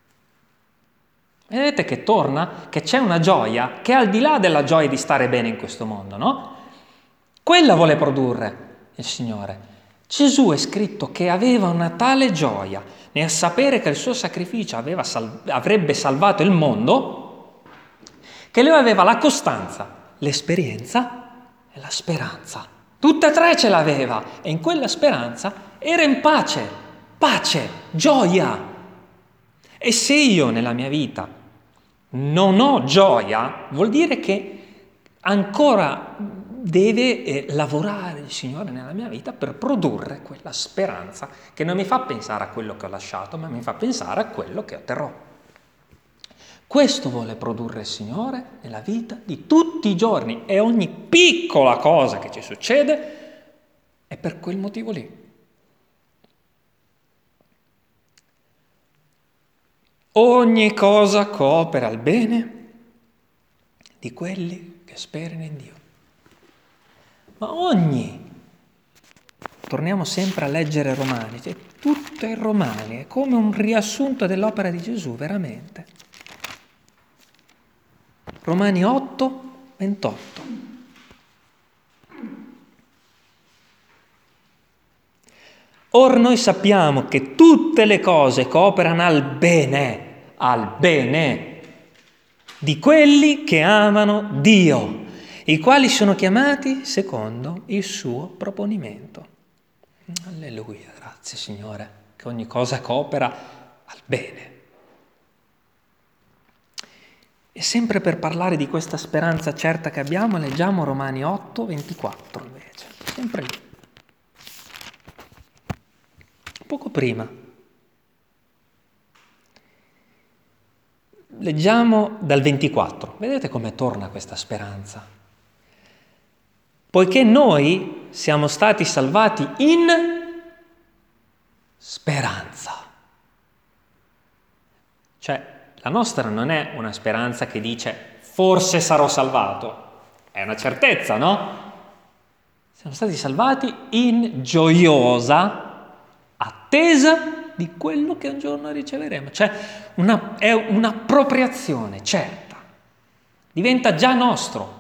Vedete che torna, che c'è una gioia che è al di là della gioia di stare bene in questo mondo, no? Quella vuole produrre il Signore. Gesù è scritto che aveva una tale gioia nel sapere che il suo sacrificio avrebbe salvato il mondo, che lui aveva la costanza, l'esperienza e la speranza. Tutte e tre ce l'aveva e in quella speranza era in pace, gioia. E se io nella mia vita non ho gioia, vuol dire che ancora deve lavorare il Signore nella mia vita per produrre quella speranza che non mi fa pensare a quello che ho lasciato, ma mi fa pensare a quello che otterrò. Questo vuole produrre il Signore nella vita di tutti i giorni e ogni piccola cosa che ci succede è per quel motivo lì. Ogni cosa coopera al bene di quelli che sperano in Dio. Ma torniamo sempre a leggere Romani, cioè tutto è Romani, è come un riassunto dell'opera di Gesù, veramente. Romani 8, 28. Or noi sappiamo che tutte le cose cooperano al bene di quelli che amano Dio, i quali sono chiamati secondo il suo proponimento. Alleluia, grazie Signore, che ogni cosa coopera al bene. E sempre per parlare di questa speranza certa che abbiamo, leggiamo Romani 8, 24 invece, sempre lì. Poco prima. Leggiamo dal 24. Vedete come torna questa speranza? Poiché noi siamo stati salvati in speranza. Cioè, la nostra non è una speranza che dice forse sarò salvato. È una certezza, no? Siamo stati salvati in gioiosa attesa di quello che un giorno riceveremo. Cioè, è un'appropriazione certa. Diventa già nostro.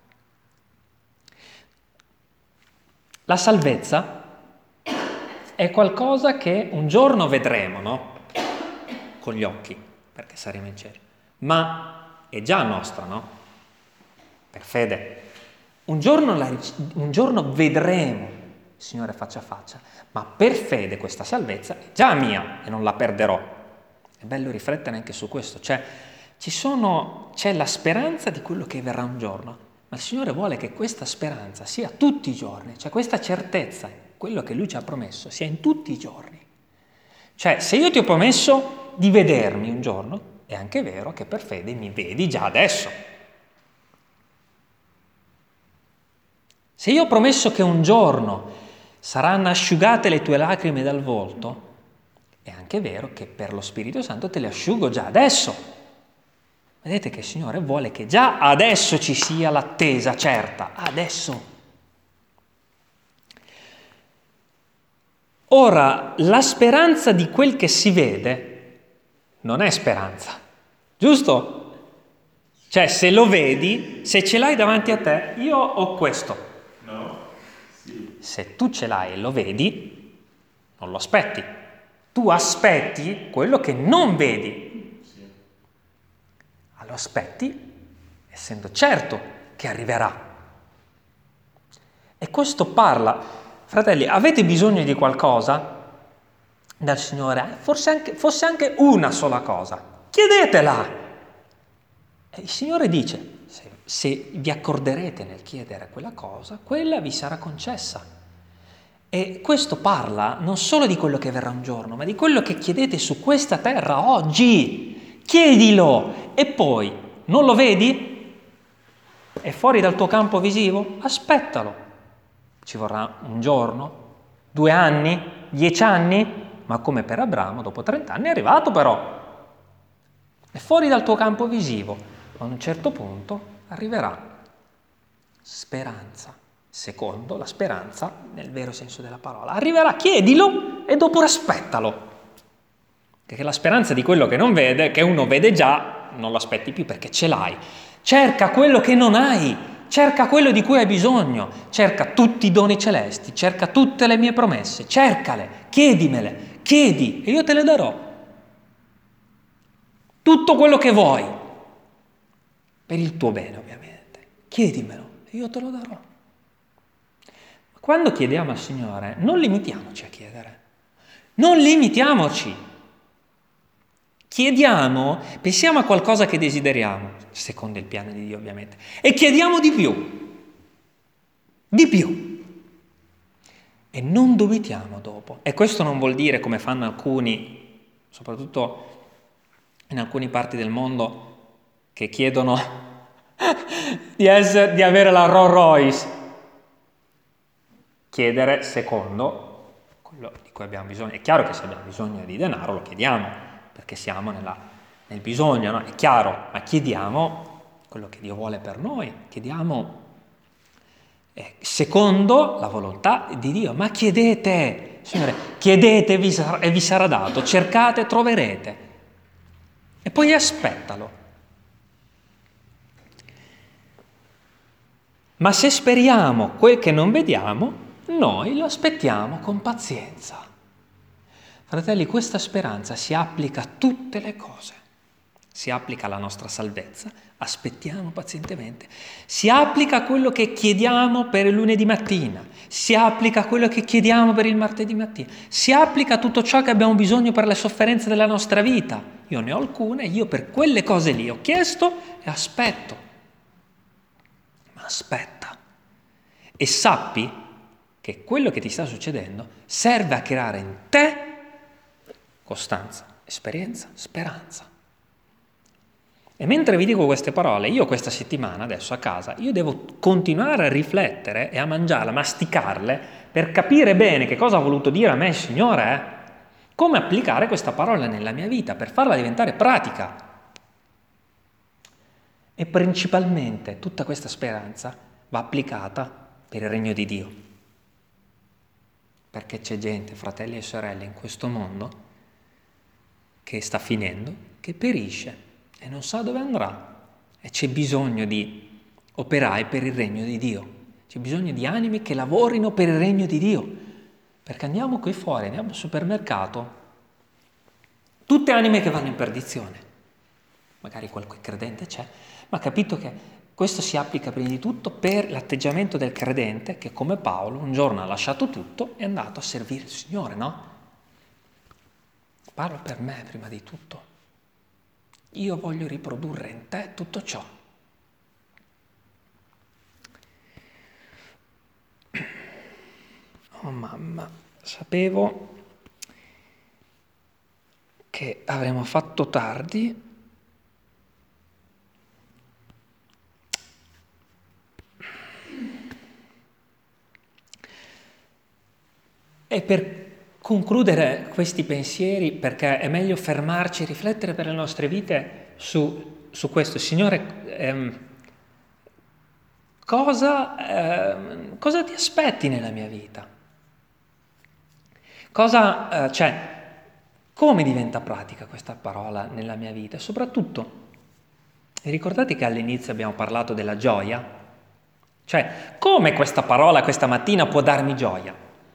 La salvezza è qualcosa che un giorno vedremo, no? Con gli occhi, perché saremo in cielo. Ma è già nostra, no? Per fede. Un giorno vedremo il Signore faccia a faccia, ma per fede questa salvezza è già mia e non la perderò. È bello riflettere anche su questo, cioè c'è la speranza di quello che verrà un giorno, ma il Signore vuole che questa speranza sia tutti i giorni, cioè questa certezza, quello che Lui ci ha promesso, sia in tutti i giorni. Cioè, se io ti ho promesso di vedermi un giorno, è anche vero che per fede mi vedi già adesso. Se io ho promesso che un giorno saranno asciugate le tue lacrime dal volto, È anche vero che per lo Spirito Santo te le asciugo già adesso. Vedete che il Signore vuole che già adesso ci sia l'attesa certa, adesso. Ora, la speranza di quel che si vede non è speranza, giusto? Cioè, se lo vedi, se ce l'hai davanti a te, io ho questo. No? Sì. Se tu ce l'hai e lo vedi, non lo aspetti. Tu aspetti quello che non vedi. Sì. Lo aspetti, essendo certo che arriverà. E questo parla, fratelli, avete bisogno di qualcosa dal Signore? Fosse anche una sola cosa. Chiedetela! E il Signore dice, se vi accorderete nel chiedere quella cosa, quella vi sarà concessa. E questo parla non solo di quello che verrà un giorno, ma di quello che chiedete su questa terra oggi. Chiedilo! E poi, non lo vedi? È fuori dal tuo campo visivo? Aspettalo. Ci vorrà un giorno? 2 anni? 10 anni? Ma come per Abramo, dopo 30 anni è arrivato però. È fuori dal tuo campo visivo. A un certo punto arriverà speranza, secondo la speranza nel vero senso della parola. Arriverà, chiedilo e dopo aspettalo. Perché la speranza di quello che non vede, che uno vede già, non lo aspetti più perché ce l'hai. Cerca quello che non hai, cerca quello di cui hai bisogno, cerca tutti i doni celesti, cerca tutte le mie promesse, cercale, chiedimele, chiedi e io te le darò. Tutto quello che vuoi. Per il tuo bene, ovviamente. Chiedimelo e io te lo darò. Ma quando chiediamo al Signore, non limitiamoci a chiedere. Non limitiamoci. Chiediamo, pensiamo a qualcosa che desideriamo, secondo il piano di Dio, ovviamente, e chiediamo di più. Di più. E non dubitiamo dopo. E questo non vuol dire, come fanno alcuni, soprattutto in alcune parti del mondo, che chiedono di avere la Rolls Royce. Chiedere secondo quello di cui abbiamo bisogno. È chiaro che se abbiamo bisogno di denaro lo chiediamo, perché siamo nel bisogno, no? È chiaro, ma chiediamo quello che Dio vuole per noi, chiediamo secondo la volontà di Dio. Ma chiedete, Signore, chiedete e vi sarà dato, cercate e troverete. E poi aspettalo. Ma se speriamo quel che non vediamo, noi lo aspettiamo con pazienza. Fratelli, questa speranza si applica a tutte le cose. Si applica alla nostra salvezza, aspettiamo pazientemente. Si applica a quello che chiediamo per il lunedì mattina, si applica a quello che chiediamo per il martedì mattina, si applica a tutto ciò che abbiamo bisogno per le sofferenze della nostra vita. Io ne ho alcune, io per quelle cose lì ho chiesto e aspetto. Aspetta e sappi che quello che ti sta succedendo serve a creare in te costanza, esperienza, speranza. E mentre vi dico queste parole, io questa settimana adesso a casa, io devo continuare a riflettere e a mangiarle, a masticarle per capire bene che cosa ha voluto dire a me il Signore, come applicare questa parola nella mia vita per farla diventare pratica. E principalmente tutta questa speranza va applicata per il regno di Dio. Perché c'è gente, fratelli e sorelle, in questo mondo che sta finendo, che perisce e non sa dove andrà. E c'è bisogno di operai per il regno di Dio. C'è bisogno di anime che lavorino per il regno di Dio. Perché andiamo qui fuori, andiamo al supermercato, tutte anime che vanno in perdizione. Magari qualche credente c'è, ma capito che questo si applica prima di tutto per l'atteggiamento del credente che, come Paolo, un giorno ha lasciato tutto e è andato a servire il Signore, no? Parlo per me prima di tutto. Io voglio riprodurre in te tutto ciò. Oh mamma, sapevo che avremmo fatto tardi. E per concludere questi pensieri, perché è meglio fermarci e riflettere per le nostre vite su questo. Signore, cosa ti aspetti nella mia vita? Come diventa pratica questa parola nella mia vita? E soprattutto, ricordate che all'inizio abbiamo parlato della gioia? Cioè, come questa parola questa mattina può darmi gioia?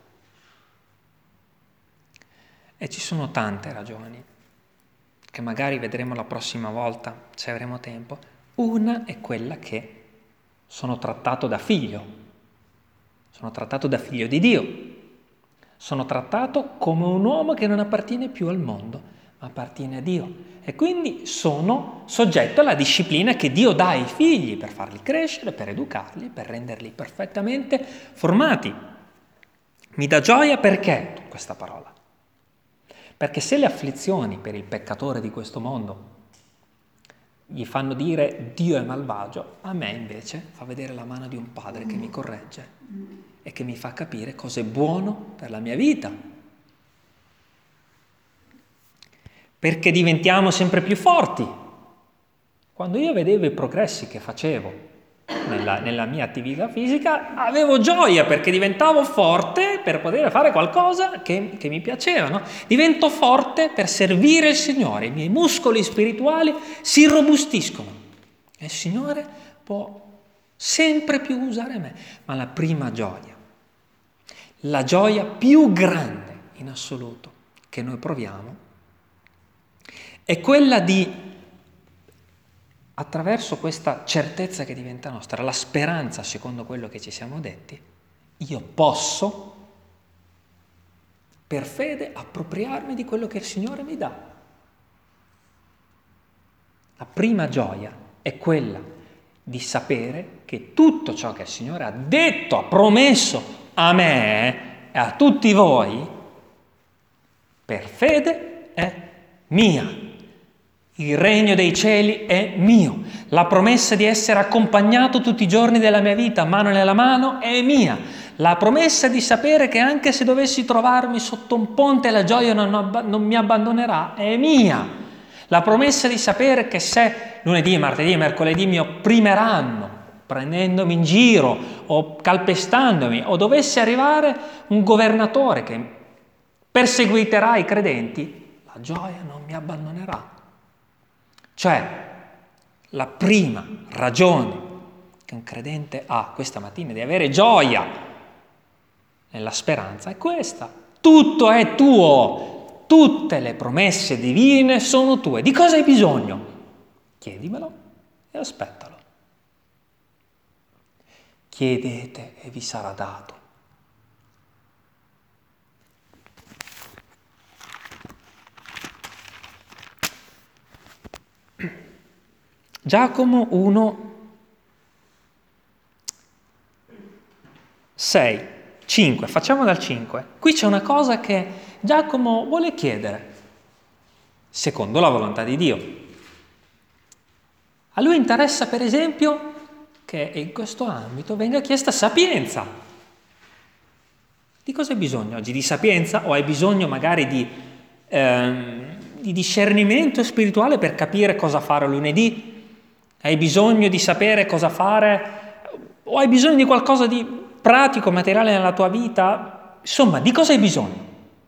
E ci sono tante ragioni, che magari vedremo la prossima volta, se avremo tempo. Una è quella che sono trattato da figlio di Dio. Sono trattato come un uomo che non appartiene più al mondo, ma appartiene a Dio. E quindi sono soggetto alla disciplina che Dio dà ai figli per farli crescere, per educarli, per renderli perfettamente formati. Mi dà gioia perché questa parola? Perché se le afflizioni per il peccatore di questo mondo gli fanno dire Dio è malvagio, a me invece fa vedere la mano di un padre che mi corregge e che mi fa capire cosa è buono per la mia vita. Perché diventiamo sempre più forti. Quando io vedevo i progressi che facevo nella mia attività fisica, avevo gioia perché diventavo forte per poter fare qualcosa che mi piaceva, no? Divento forte per servire il Signore, i miei muscoli spirituali si irrobustiscono e il Signore può sempre più usare me. Ma la prima gioia, la gioia più grande in assoluto che noi proviamo, è quella di, attraverso questa certezza che diventa nostra, la speranza secondo quello che ci siamo detti, io posso per fede appropriarmi di quello che il Signore mi dà. La prima gioia è quella di sapere che tutto ciò che il Signore ha detto, ha promesso a me e a tutti voi, per fede è mia. Il regno dei cieli è mio. La promessa di essere accompagnato tutti i giorni della mia vita, mano nella mano, è mia. La promessa di sapere che anche se dovessi trovarmi sotto un ponte la gioia non mi abbandonerà, è mia. La promessa di sapere che se lunedì, martedì e mercoledì mi opprimeranno, prendendomi in giro o calpestandomi, o dovesse arrivare un governatore che perseguiterà i credenti, la gioia non mi abbandonerà. Cioè, la prima ragione che un credente ha questa mattina di avere gioia nella speranza è questa. Tutto è tuo, tutte le promesse divine sono tue. Di cosa hai bisogno? Chiedimelo e aspettalo. Chiedete e vi sarà dato. Giacomo 1, 6, 5, facciamo dal 5. Qui c'è una cosa che Giacomo vuole chiedere, secondo la volontà di Dio. A lui interessa, per esempio, che in questo ambito venga chiesta sapienza. Di cosa hai bisogno oggi? Di sapienza? O hai bisogno magari di discernimento spirituale per capire cosa fare lunedì? Hai bisogno di sapere cosa fare? O hai bisogno di qualcosa di pratico, materiale nella tua vita? Insomma, di cosa hai bisogno?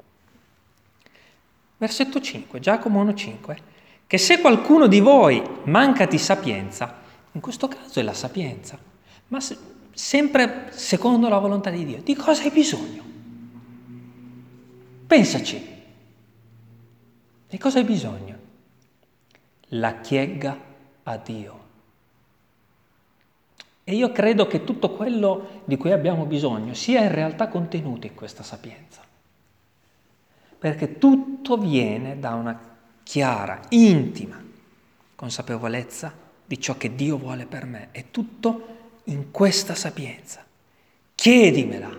Versetto 5, Giacomo 1,5, che se qualcuno di voi manca di sapienza, in questo caso è la sapienza, ma sempre secondo la volontà di Dio, di cosa hai bisogno? Pensaci, di cosa hai bisogno? La chiegga a Dio. E io credo che tutto quello di cui abbiamo bisogno sia in realtà contenuto in questa sapienza. Perché tutto viene da una chiara, intima consapevolezza di ciò che Dio vuole per me. È tutto in questa sapienza. Chiedimela.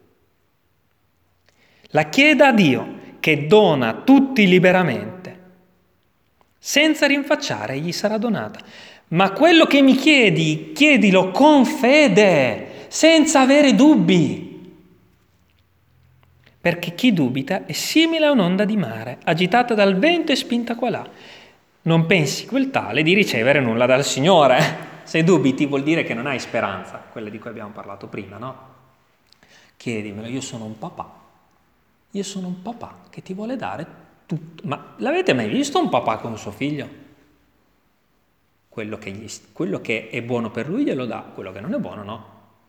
La chieda a Dio, che dona a tutti liberamente. Senza rinfacciare gli sarà donata. Ma quello che mi chiedi, chiedilo con fede, senza avere dubbi. perché chi dubita è simile a un'onda di mare, agitata dal vento e spinta qua là. Non pensi quel tale di ricevere nulla dal Signore. Se dubiti vuol dire che non hai speranza, quella di cui abbiamo parlato prima, no? Chiedimelo, io sono un papà che ti vuole dare tutto. Ma l'avete mai visto un papà con suo figlio? Quello che è buono per lui glielo dà, quello che non è buono no.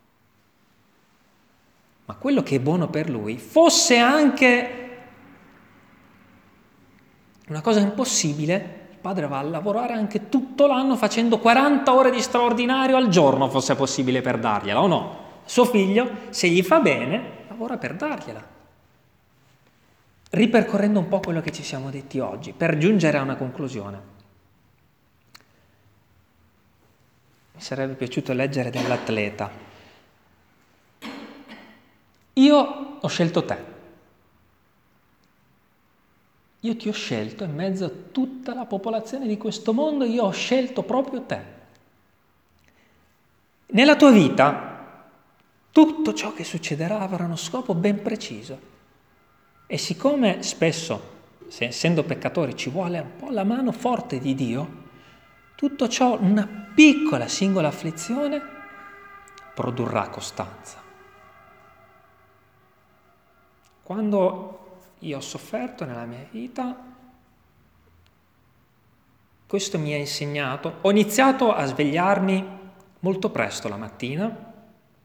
Ma quello che è buono per lui, fosse anche una cosa impossibile, il padre va a lavorare anche tutto l'anno facendo 40 ore di straordinario al giorno, fosse possibile, per dargliela, o no? Suo figlio, se gli fa bene, lavora per dargliela. Ripercorrendo un po' quello che ci siamo detti oggi, per giungere a una conclusione. Mi sarebbe piaciuto leggere dell'atleta. Io ho scelto te. Io ti ho scelto in mezzo a tutta la popolazione di questo mondo, io ho scelto proprio te. Nella tua vita tutto ciò che succederà avrà uno scopo ben preciso. E siccome spesso, essendo peccatori, ci vuole un po' la mano forte di Dio, tutto ciò, una piccola singola afflizione, produrrà costanza. Quando io ho sofferto nella mia vita, questo mi ha insegnato, ho iniziato a svegliarmi molto presto la mattina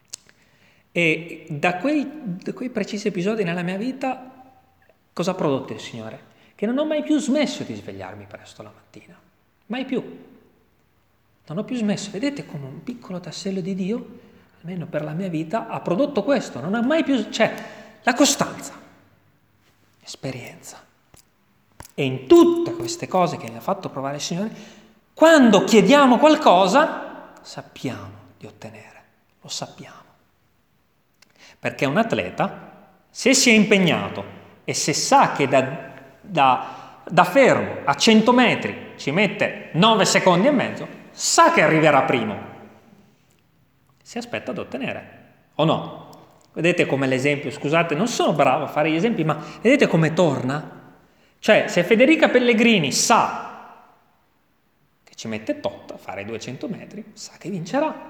e da quei precisi episodi nella mia vita, cosa ha prodotto il Signore? Che non ho mai più smesso di svegliarmi presto la mattina, mai più. Non ho più smesso, vedete come un piccolo tassello di Dio, almeno per la mia vita, ha prodotto questo, non ha mai più, la costanza, esperienza. E in tutte queste cose che mi ha fatto provare il Signore, quando chiediamo qualcosa, sappiamo di ottenere, lo sappiamo. Perché un atleta, se si è impegnato e se sa che da fermo a 100 metri ci mette 9 secondi e mezzo, sa che arriverà primo. Si aspetta ad ottenere, o no? Vedete come l'esempio, scusate, non sono bravo a fare gli esempi, ma vedete come torna? Cioè, se Federica Pellegrini sa che ci mette tot a fare 200 metri, sa che vincerà.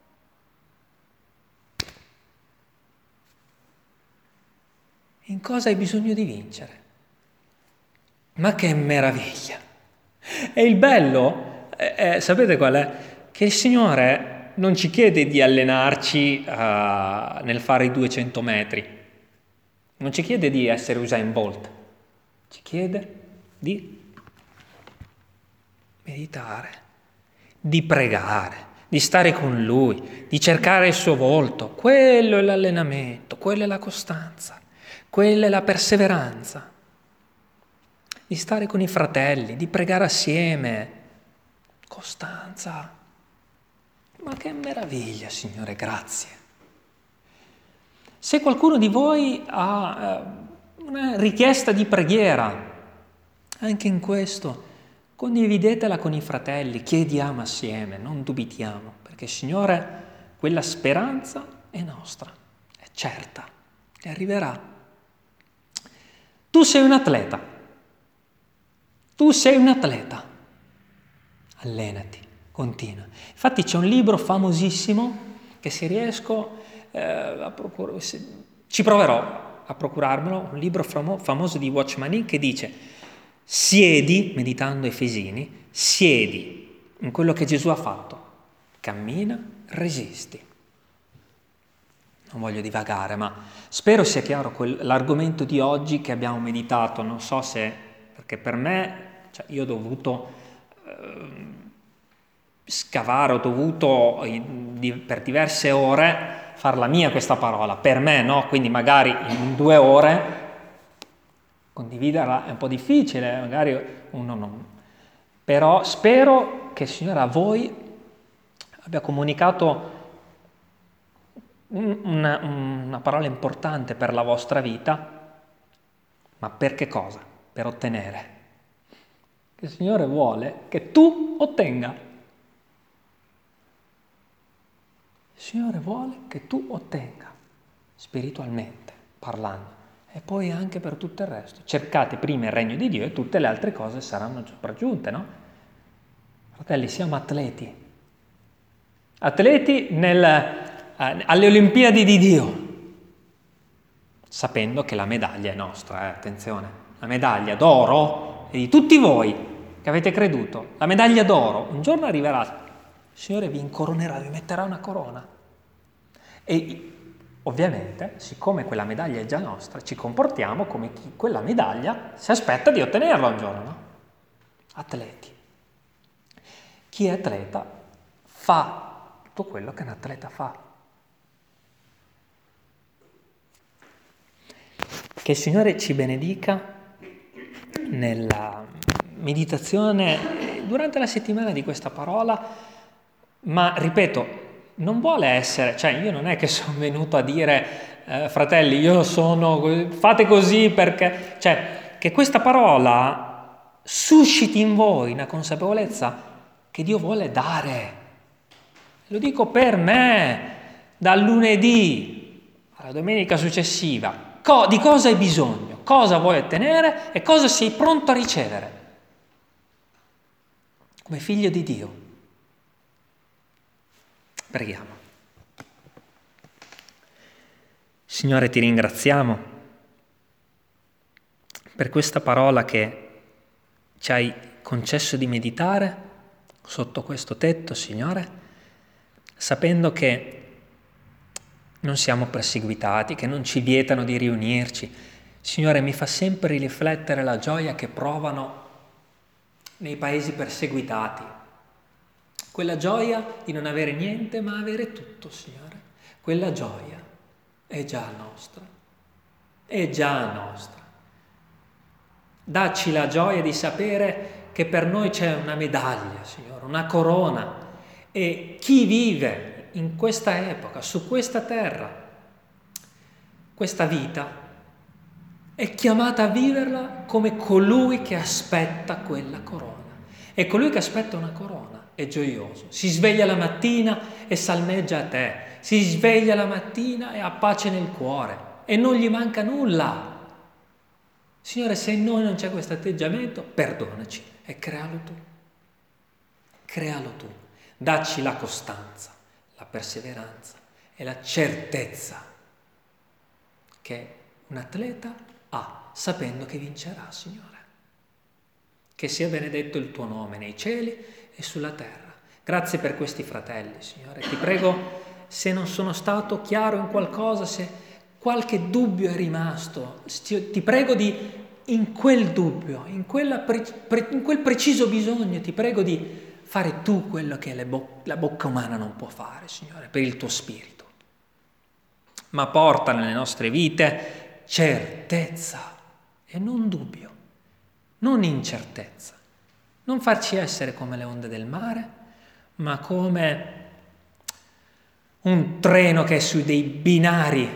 In cosa hai bisogno di vincere? Ma che meraviglia! E il bello, sapete qual è? Che il Signore non ci chiede di allenarci nel fare i 200 metri, non ci chiede di essere Usain Bolt, ci chiede di meditare, di pregare, di stare con Lui, di cercare il suo volto. Quello è l'allenamento, quella è la costanza, quella è la perseveranza. Di stare con i fratelli, di pregare assieme. Costanza. Ma che meraviglia, Signore, grazie. Se qualcuno di voi ha una richiesta di preghiera, anche in questo, condividetela con i fratelli, chiediamo assieme, non dubitiamo, perché Signore, quella speranza è nostra, è certa, e arriverà. Tu sei un atleta. Tu sei un atleta, allenati, continua. Infatti c'è un libro famosissimo che se riesco ci proverò a procurarmelo, un libro famoso di Watchman Nee che dice: siedi, meditando Efesini, siedi in quello che Gesù ha fatto, cammina, resisti. Non voglio divagare, ma spero sia chiaro l'argomento di oggi che abbiamo meditato, non so se... Perché per me, io ho dovuto scavare, ho dovuto per diverse ore far la mia questa parola, per me, no? Quindi magari in 2 ore condividerla è un po' difficile, magari uno non... Però spero che il Signore a voi abbia comunicato una parola importante per la vostra vita, ma per che cosa? Per ottenere. Il Signore vuole che tu ottenga. Il Signore vuole che tu ottenga, spiritualmente parlando. e poi anche per tutto il resto. Cercate prima il regno di Dio e tutte le altre cose saranno sopraggiunte, no? Fratelli, siamo atleti. Atleti alle Olimpiadi di Dio, sapendo che la medaglia è nostra, attenzione, la medaglia d'oro è di tutti voi che avete creduto. La medaglia d'oro un giorno arriverà, il Signore vi incoronerà, vi metterà una corona. E ovviamente, siccome quella medaglia è già nostra, ci comportiamo come chi quella medaglia si aspetta di ottenerla un giorno, no? Atleti. Chi è atleta fa tutto quello che un atleta fa. Che il Signore ci benedica nella meditazione durante la settimana di questa parola, ma ripeto, non vuole essere, cioè io non è che sono venuto a dire fratelli, fate così perché, cioè che questa parola susciti in voi una consapevolezza che Dio vuole dare. Lo dico per me, dal lunedì alla domenica successiva, di cosa hai bisogno, cosa vuoi ottenere e cosa sei pronto a ricevere come figlio di Dio. Preghiamo. Signore, ti ringraziamo per questa parola che ci hai concesso di meditare sotto questo tetto, Signore, sapendo che non siamo perseguitati, che non ci vietano di riunirci. Signore, mi fa sempre riflettere la gioia che provano nei paesi perseguitati. Quella gioia di non avere niente ma avere tutto, Signore. Quella gioia è già nostra. È già nostra. Dacci la gioia di sapere che per noi c'è una medaglia, Signore, una corona. E chi vive in questa epoca, su questa terra, questa vita, è chiamata a viverla come colui che aspetta quella corona. E colui che aspetta una corona è gioioso. Si sveglia la mattina e salmeggia a te. Si sveglia la mattina e ha pace nel cuore. E non gli manca nulla. Signore, se in noi non c'è questo atteggiamento, perdonaci e crealo tu. Crealo tu. Dacci la costanza, la perseveranza e la certezza che un atleta ha, sapendo che vincerà, Signore. Che sia benedetto il tuo nome nei cieli e sulla terra. Grazie per questi fratelli, Signore. Ti prego, se non sono stato chiaro in qualcosa, se qualche dubbio è rimasto, ti prego di, in quel dubbio, in quel preciso bisogno, ti prego di fare tu quello che la bocca umana non può fare, Signore, per il tuo spirito. Ma porta nelle nostre vite certezza e non dubbio, non incertezza. Non farci essere come le onde del mare, ma come un treno che è su dei binari,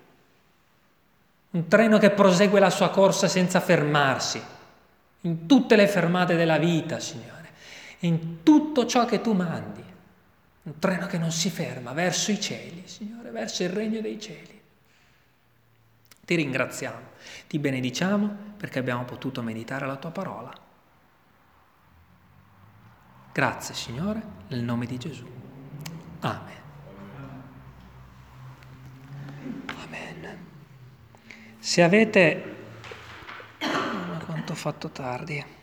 un treno che prosegue la sua corsa senza fermarsi, in tutte le fermate della vita, Signore. In tutto ciò che tu mandi, un treno che non si ferma verso i cieli, Signore, verso il regno dei cieli. Ti ringraziamo, ti benediciamo perché abbiamo potuto meditare la tua parola. Grazie, Signore, nel nome di Gesù. Amen. Amen. Se avete... quanto ho fatto tardi.